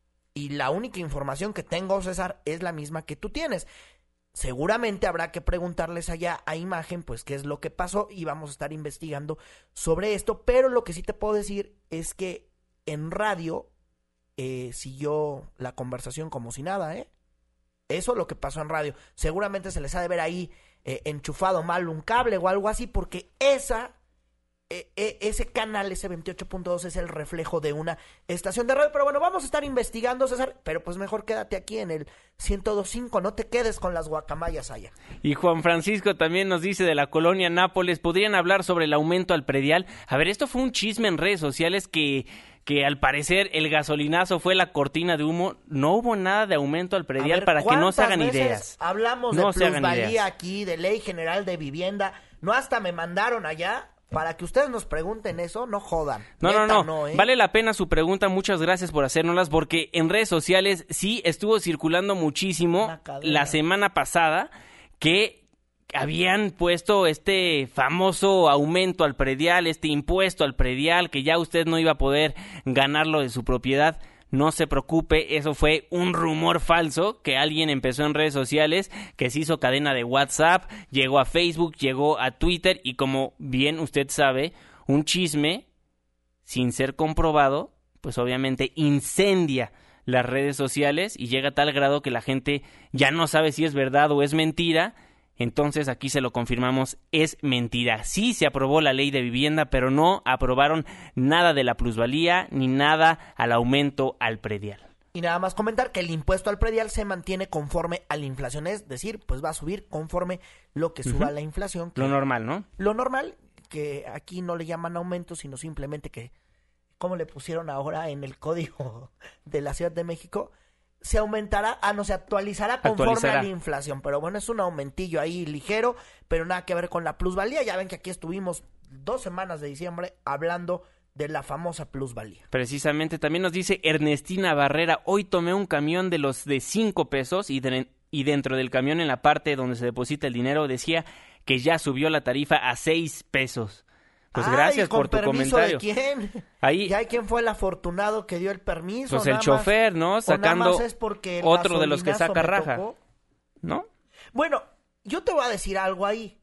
y la única información que tengo, César, es la misma que tú tienes. Seguramente habrá que preguntarles allá a Imagen pues qué es lo que pasó y vamos a estar investigando sobre esto, pero lo que sí te puedo decir es que en radio eh, siguió la conversación como si nada, ¿eh? Eso es lo que pasó en radio. Seguramente se les ha de ver ahí eh, enchufado mal un cable o algo así, porque esa, eh, eh, ese canal, ese veintiocho punto dos es el reflejo de una estación de radio. Pero bueno, vamos a estar investigando, César, pero pues mejor quédate aquí en el ciento dos punto cinco, no te quedes con las guacamayas allá. Y Juan Francisco también nos dice de la colonia Nápoles, ¿podrían hablar sobre el aumento al predial? A ver, esto fue un chisme en redes sociales que... que al parecer el gasolinazo fue la cortina de humo. No hubo nada de aumento al predial, ver, para que no se hagan veces ideas. Hablamos no de plusvalía aquí, de ley general de vivienda. No, hasta me mandaron allá para que ustedes nos pregunten eso, no jodan. No, Neta, no, no, no ¿eh? Vale la pena su pregunta, muchas gracias por hacérnoslas, porque en redes sociales sí estuvo circulando muchísimo la semana pasada que habían puesto este famoso aumento al predial, este impuesto al predial, que ya usted no iba a poder ganarlo de su propiedad. No se preocupe, eso fue un rumor falso que alguien empezó en redes sociales, que se hizo cadena de WhatsApp, llegó a Facebook, llegó a Twitter y, como bien usted sabe, un chisme sin ser comprobado, pues obviamente incendia las redes sociales y llega a tal grado que la gente ya no sabe si es verdad o es mentira. Entonces aquí se lo confirmamos, es mentira. Sí se aprobó la ley de vivienda, pero no aprobaron nada de la plusvalía ni nada al aumento al predial. Y nada más comentar que el impuesto al predial se mantiene conforme a la inflación, es decir, pues va a subir conforme lo que suba uh-huh. la inflación. Que lo normal, ¿no? Lo normal, que aquí no le llaman aumento, sino simplemente que, como le pusieron ahora en el código de la Ciudad de México, se aumentará, ah, no, se actualizará conforme actualizará. a la inflación. Pero bueno, es un aumentillo ahí ligero, pero nada que ver con la plusvalía. Ya ven que aquí estuvimos dos semanas de diciembre hablando de la famosa plusvalía. Precisamente, también nos dice Ernestina Barrera: hoy tomé un camión de los de cinco pesos y, de, y dentro del camión, en la parte donde se deposita el dinero, decía que ya subió la tarifa a seis pesos. Pues Ay, gracias por tu comentario. ¿De quién? Ahí, ¿Y hay quién fue el afortunado que dio el permiso? Pues el chofer, ¿no? Sacando otro de los que saca raja, tocó. ¿No? Bueno, yo te voy a decir algo ahí.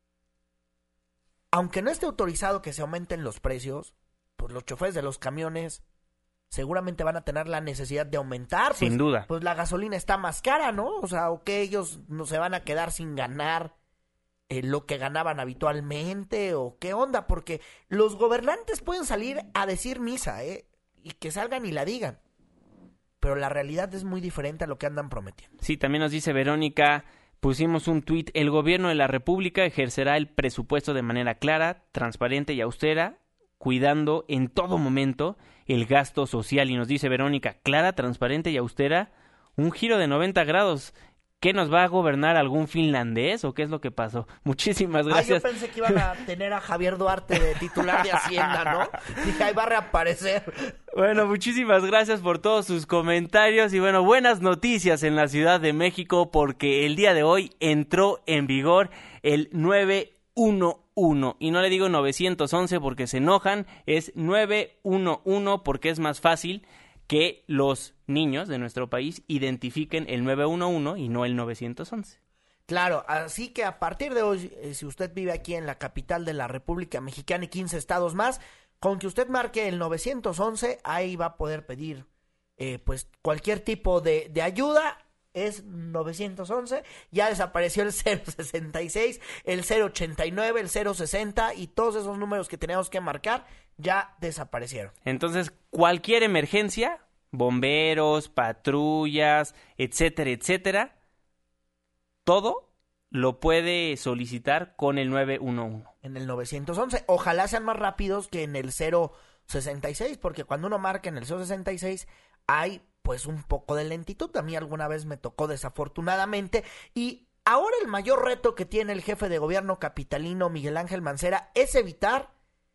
Aunque no esté autorizado que se aumenten los precios, pues los choferes de los camiones seguramente van a tener la necesidad de aumentar. Pues, sin duda. Pues la gasolina está más cara, ¿no? O sea, o que ellos no se van a quedar sin ganar Eh, lo que ganaban habitualmente, o qué onda, porque los gobernantes pueden salir a decir misa, ¿eh? Y que salgan y la digan, pero la realidad es muy diferente a lo que andan prometiendo. Sí, también nos dice Verónica, pusimos un tuit: el gobierno de la República ejercerá el presupuesto de manera clara, transparente y austera, cuidando en todo momento el gasto social. Y nos dice Verónica, clara, transparente y austera, un giro de noventa grados. ¿Qué nos va a gobernar algún finlandés o qué es lo que pasó? Muchísimas gracias. Ah, yo pensé que iban a tener a Javier Duarte de titular de Hacienda, ¿no? Dije, ahí va a reaparecer. Bueno, muchísimas gracias por todos sus comentarios y bueno, buenas noticias en la Ciudad de México porque el día de hoy entró en vigor el nueve uno uno y no le digo novecientos once porque se enojan, es nueve uno uno porque es más fácil que los niños de nuestro país identifiquen el nueve uno uno y no el novecientos once. Claro, así que a partir de hoy, eh, si usted vive aquí en la capital de la República Mexicana y quince estados más, con que usted marque el novecientos once, ahí va a poder pedir eh, pues cualquier tipo de, de ayuda. Es novecientos once, ya desapareció el cero sesenta y seis, el cero ochenta y nueve, el cero sesenta y todos esos números que teníamos que marcar ya desaparecieron. Entonces, cualquier emergencia, bomberos, patrullas, etcétera, etcétera, todo lo puede solicitar con el nueve uno uno. En el novecientos once, ojalá sean más rápidos que en el cero sesenta y seis, porque cuando uno marca en el cero sesenta y seis hay pues un poco de lentitud. A mí alguna vez me tocó desafortunadamente y ahora el mayor reto que tiene el jefe de gobierno capitalino Miguel Ángel Mancera es evitar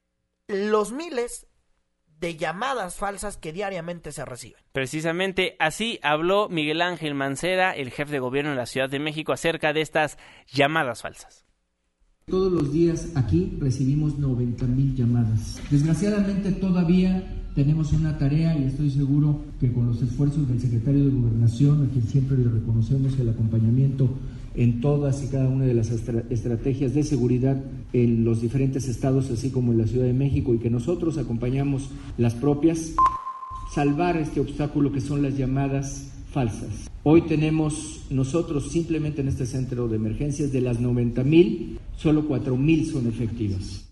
los miles de llamadas falsas que diariamente se reciben. Precisamente así habló Miguel Ángel Mancera, el jefe de gobierno de la Ciudad de México, acerca de estas llamadas falsas. Todos los días aquí recibimos noventa mil llamadas. Desgraciadamente todavía tenemos una tarea y estoy seguro que con los esfuerzos del secretario de Gobernación, a quien siempre le reconocemos el acompañamiento en todas y cada una de las estra- estrategias de seguridad en los diferentes estados, así como en la Ciudad de México, y que nosotros acompañamos las propias, salvar este obstáculo que son las llamadas falsas. Hoy tenemos nosotros simplemente en este centro de emergencias de las noventa mil, solo cuatro mil son efectivas.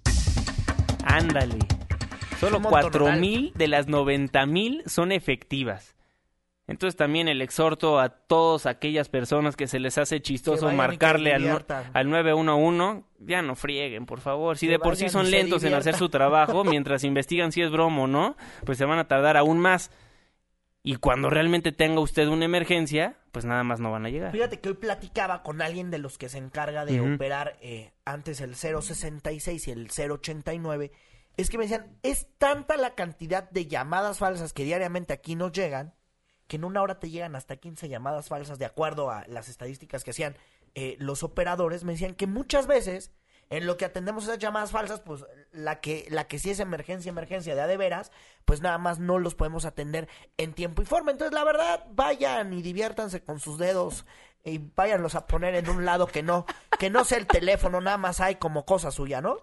Ándale. Solo cuatro mil de las noventa mil son efectivas. Entonces también el exhorto a todas aquellas personas que se les hace chistoso marcarle al, al nueve uno uno, ya no frieguen, por favor. Si que de por sí son lentos en hacer su trabajo, mientras investigan si es broma o no, pues se van a tardar aún más. Y cuando realmente tenga usted una emergencia, pues nada más no van a llegar. Fíjate que hoy platicaba con alguien de los que se encarga de uh-huh. operar eh, antes el cero sesenta y seis y el cero ochenta y nueve. Es que me decían, es tanta la cantidad de llamadas falsas que diariamente aquí nos llegan, que en una hora te llegan hasta quince llamadas falsas, de acuerdo a las estadísticas que hacían eh, los operadores. Me decían que muchas veces, en lo que atendemos esas llamadas falsas, pues la que la que sí es emergencia, emergencia de a de veras, pues nada más no los podemos atender en tiempo y forma. Entonces, la verdad, vayan y diviértanse con sus dedos y váyanlos a poner en un lado que no, que no sea el teléfono, nada más hay como cosa suya, ¿no?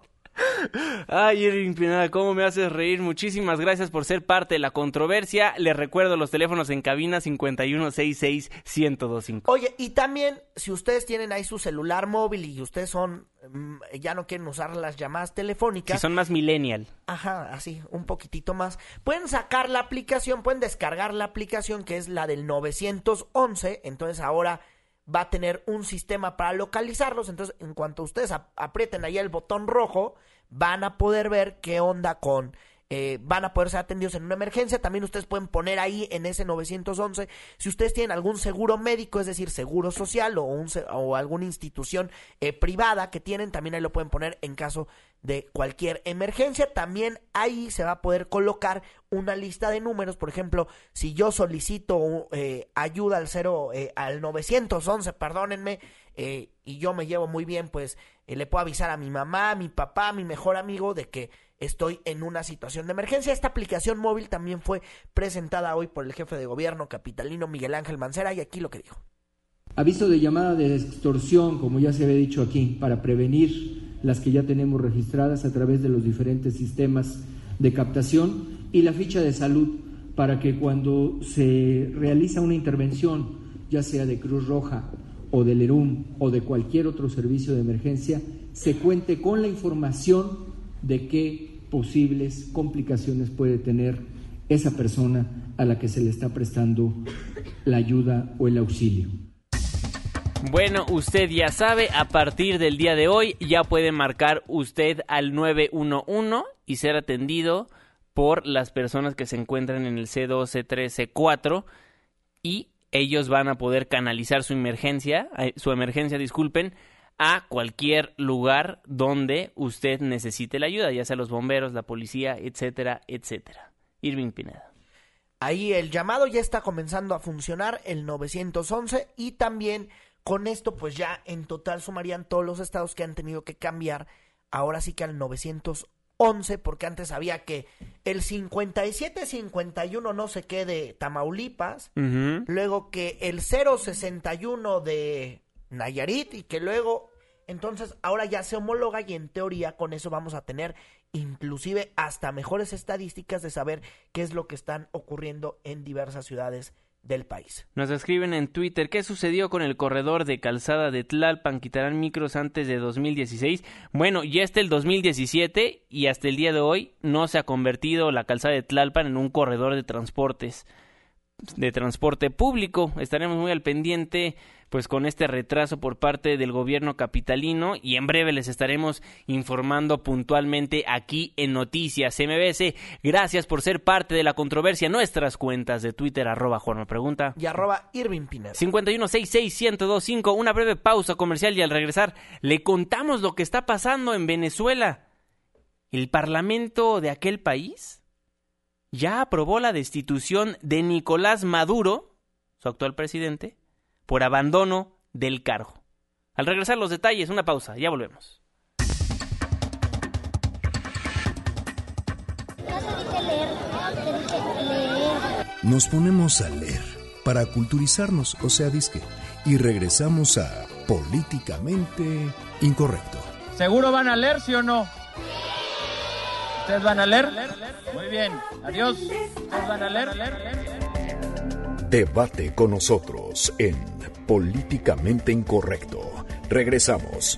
Ay, Irving Pineda, cómo me haces reír. Muchísimas gracias por ser parte de la controversia. Les recuerdo los teléfonos en cabina cincuenta y uno sesenta y seis, ciento veinticinco. Oye, y también, si ustedes tienen ahí su celular móvil y ustedes son, ya no quieren usar las llamadas telefónicas. Si son más millennial. Ajá, así, un poquitito más. Pueden sacar la aplicación, pueden descargar la aplicación que es la del novecientos once. Entonces ahora va a tener un sistema para localizarlos. Entonces, en cuanto ustedes ap- aprieten ahí el botón rojo, van a poder ver qué onda con... Eh, van a poder ser atendidos en una emergencia. También ustedes pueden poner ahí en ese novecientos once si ustedes tienen algún seguro médico, es decir, seguro social o, un, o alguna institución eh, privada que tienen, también ahí lo pueden poner en caso de cualquier emergencia. También ahí se va a poder colocar una lista de números. Por ejemplo, si yo solicito eh, ayuda al cero, eh, al novecientos once, perdónenme, eh, y yo me llevo muy bien, pues eh, le puedo avisar a mi mamá, a mi papá, a mi mejor amigo de que estoy en una situación de emergencia. Esta aplicación móvil también fue presentada hoy por el jefe de gobierno capitalino Miguel Ángel Mancera, y aquí lo que dijo. Aviso de llamada de extorsión, como ya se había dicho aquí, para prevenir las que ya tenemos registradas a través de los diferentes sistemas de captación, y la ficha de salud para que cuando se realiza una intervención, ya sea de Cruz Roja o del ERUM o de cualquier otro servicio de emergencia, se cuente con la información de qué posibles complicaciones puede tener esa persona a la que se le está prestando la ayuda o el auxilio. Bueno, usted ya sabe, a partir del día de hoy ya puede marcar usted al nueve uno uno y ser atendido por las personas que se encuentran en el C dos, C tres, C cuatro y ellos van a poder canalizar su emergencia, su emergencia, disculpen, a cualquier lugar donde usted necesite la ayuda, ya sea los bomberos, la policía, etcétera, etcétera. Irving Pineda. Ahí el llamado ya está comenzando a funcionar, el nueve once, y también con esto pues ya en total sumarían todos los estados que han tenido que cambiar, ahora sí que al nueve once, porque antes había que el cincuenta y siete cincuenta y uno no sé qué de Tamaulipas, uh-huh. luego que el cero sesenta y uno de Nayarit, y que luego, entonces ahora ya se homologa, y en teoría con eso vamos a tener inclusive hasta mejores estadísticas de saber qué es lo que están ocurriendo en diversas ciudades del país. Nos escriben en Twitter: ¿qué sucedió con el corredor de calzada de Tlalpan? ¿Quitarán micros antes de dos mil dieciséis? Bueno, ya está el dos mil diecisiete y hasta el día de hoy no se ha convertido la calzada de Tlalpan en un corredor de transportes, de transporte público. Estaremos muy al pendiente pues con este retraso por parte del gobierno capitalino, y en breve les estaremos informando puntualmente aquí en Noticias M B S. Gracias por ser parte de la controversia. Nuestras cuentas de Twitter, arroba Juan Me Pregunta y arroba Irving Pineda. cincuenta y uno sesenta y seis ciento dos punto cinco. Una breve pausa comercial y al regresar le contamos lo que está pasando en Venezuela. El parlamento de aquel país ya aprobó la destitución de Nicolás Maduro, su actual presidente, por abandono del cargo. Al regresar los detalles, una pausa, ya volvemos. Nos ponemos a leer para culturizarnos, o sea, disque, y regresamos a Políticamente Incorrecto. ¿Seguro van a leer, sí o no? ¿Ustedes van a leer? Muy bien, adiós. ¿Ustedes van a leer? Debate con nosotros en Políticamente Incorrecto. Regresamos.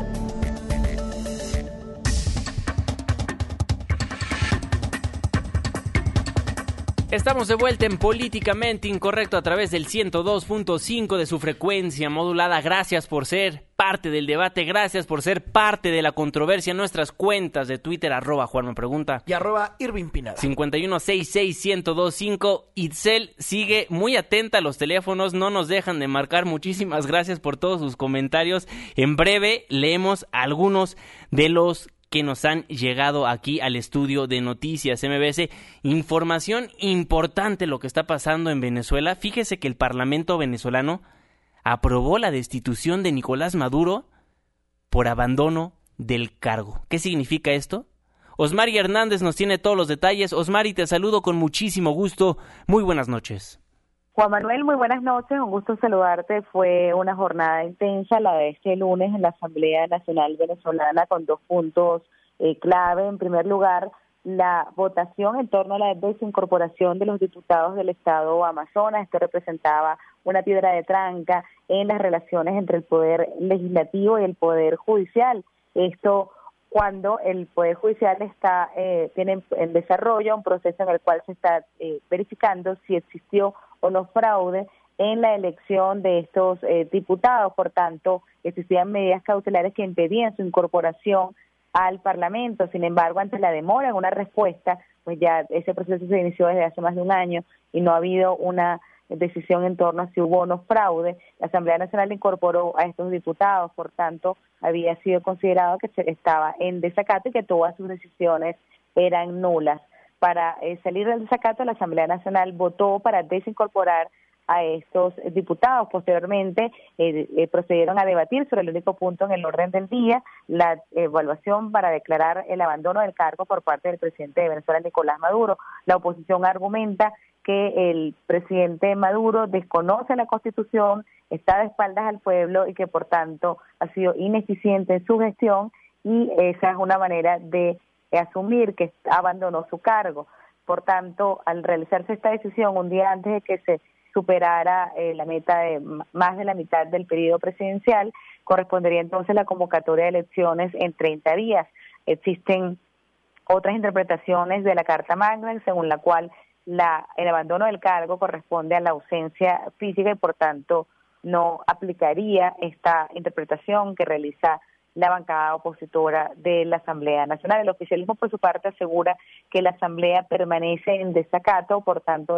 Estamos de vuelta en Políticamente Incorrecto a través del ciento dos punto cinco de su frecuencia modulada. Gracias por ser parte del debate, gracias por ser parte de la controversia. Nuestras cuentas de Twitter, arroba Juan Me Pregunta y arroba Irving Pineda. cincuenta y uno sesenta y seis ciento dos punto cinco. Itzel sigue muy atenta a los teléfonos, no nos dejan de marcar. Muchísimas gracias por todos sus comentarios. En breve leemos algunos de los que nos han llegado aquí al estudio de Noticias M B S. Información importante lo que está pasando en Venezuela. Fíjese que el Parlamento venezolano aprobó la destitución de Nicolás Maduro por abandono del cargo. ¿Qué significa esto? Osmari Hernández nos tiene todos los detalles. Osmari, te saludo con muchísimo gusto. Muy buenas noches. Juan Manuel, muy buenas noches, un gusto saludarte. Fue una jornada intensa la de este lunes en la Asamblea Nacional Venezolana con dos puntos eh, clave. En primer lugar, la votación en torno a la desincorporación de los diputados del Estado Amazonas. Esto representaba una piedra de tranca en las relaciones entre el Poder Legislativo y el Poder Judicial. Esto cuando el Poder Judicial está eh, tiene en desarrollo un proceso en el cual se está eh, verificando si existió o no fraude en la elección de estos eh, diputados. Por tanto, existían medidas cautelares que impedían su incorporación al Parlamento. Sin embargo, ante la demora en una respuesta, pues ya ese proceso se inició desde hace más de un año y no ha habido una decisión en torno a si hubo o no fraude. La Asamblea Nacional incorporó a estos diputados, por tanto, había sido considerado que se estaba en desacato y que todas sus decisiones eran nulas. Para eh, salir del desacato, la Asamblea Nacional votó para desincorporar a estos diputados. Posteriormente, eh, eh, procedieron a debatir sobre el único punto en el orden del día, la evaluación para declarar el abandono del cargo por parte del presidente de Venezuela, Nicolás Maduro. La oposición argumenta que el presidente Maduro desconoce la Constitución, está de espaldas al pueblo y que, por tanto, ha sido ineficiente en su gestión, y esa es una manera de asumir que abandonó su cargo. Por tanto, al realizarse esta decisión un día antes de que se superara eh, la meta de más de la mitad del periodo presidencial, correspondería entonces la convocatoria de elecciones en treinta días. Existen otras interpretaciones de la Carta Magna, según la cual la, el abandono del cargo corresponde a la ausencia física y, por tanto, no aplicaría esta interpretación que realiza la bancada opositora de la Asamblea Nacional. El oficialismo, por su parte, asegura que la Asamblea permanece en desacato, por tanto,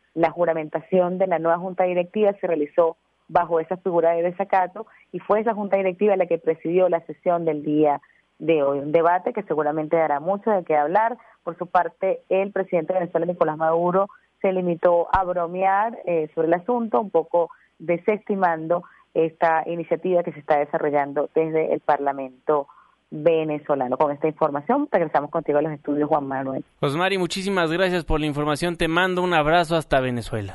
La juramentación de la nueva junta directiva se realizó bajo esa figura de desacato y fue esa junta directiva la que presidió la sesión del día de hoy. Un debate que seguramente dará mucho de qué hablar. Por su parte, el presidente de Venezuela, Nicolás Maduro, se limitó a bromear eh, sobre el asunto, un poco desestimando esta iniciativa que se está desarrollando desde el Parlamento venezolano. Con esta información regresamos contigo a los estudios, Juan Manuel. Osmari, muchísimas gracias por la información. Te mando un abrazo hasta Venezuela.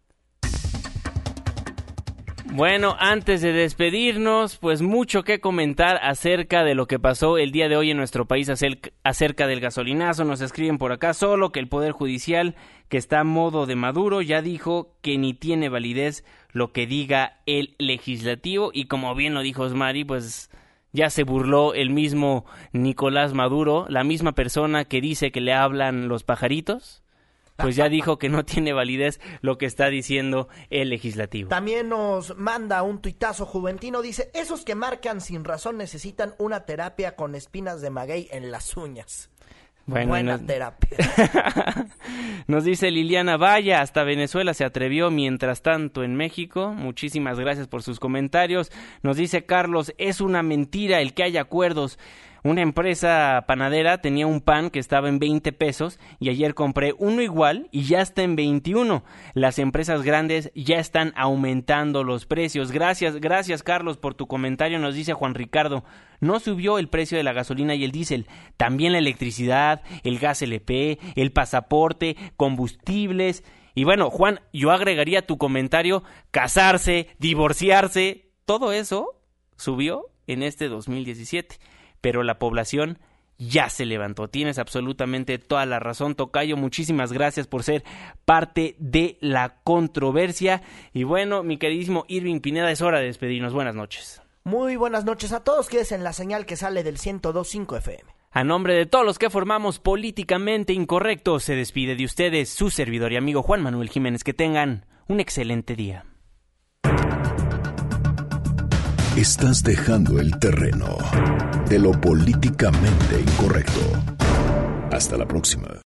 Bueno, antes de despedirnos, pues mucho que comentar acerca de lo que pasó el día de hoy en nuestro país acerca del gasolinazo. Nos escriben por acá solo que el Poder Judicial, que está a modo de Maduro, ya dijo que ni tiene validez lo que diga el Legislativo. Y como bien lo dijo Osmari, pues ya se burló el mismo Nicolás Maduro, la misma persona que dice que le hablan los pajaritos. Pues ya dijo que no tiene validez lo que está diciendo el Legislativo. También nos manda un tuitazo juventino, dice, esos que marcan sin razón necesitan una terapia con espinas de maguey en las uñas. Bueno, Buena nos... terapia. Nos dice Liliana, vaya, hasta Venezuela se atrevió, mientras tanto en México. Muchísimas gracias por sus comentarios. Nos dice Carlos, es una mentira el que haya acuerdos. Una empresa panadera tenía un pan que estaba en veinte pesos y ayer compré uno igual y ya está en veintiuno. Las empresas grandes ya están aumentando los precios. Gracias, gracias Carlos por tu comentario. Nos dice Juan Ricardo, no subió el precio de la gasolina y el diésel, también la electricidad, el gas L P, el pasaporte, combustibles. Y bueno, Juan, yo agregaría a tu comentario, casarse, divorciarse, todo eso subió en este dos mil diecisiete. Pero la población ya se levantó. Tienes absolutamente toda la razón, tocayo. Muchísimas gracias por ser parte de la controversia. Y bueno, mi queridísimo Irving Pineda, es hora de despedirnos. Buenas noches. Muy buenas noches a todos. Quédense en la señal que sale del ciento dos punto cinco F M. A nombre de todos los que formamos Políticamente Incorrecto, se despide de ustedes su servidor y amigo Juan Manuel Jiménez. Que tengan un excelente día. Estás dejando el terreno de lo políticamente incorrecto. Hasta la próxima.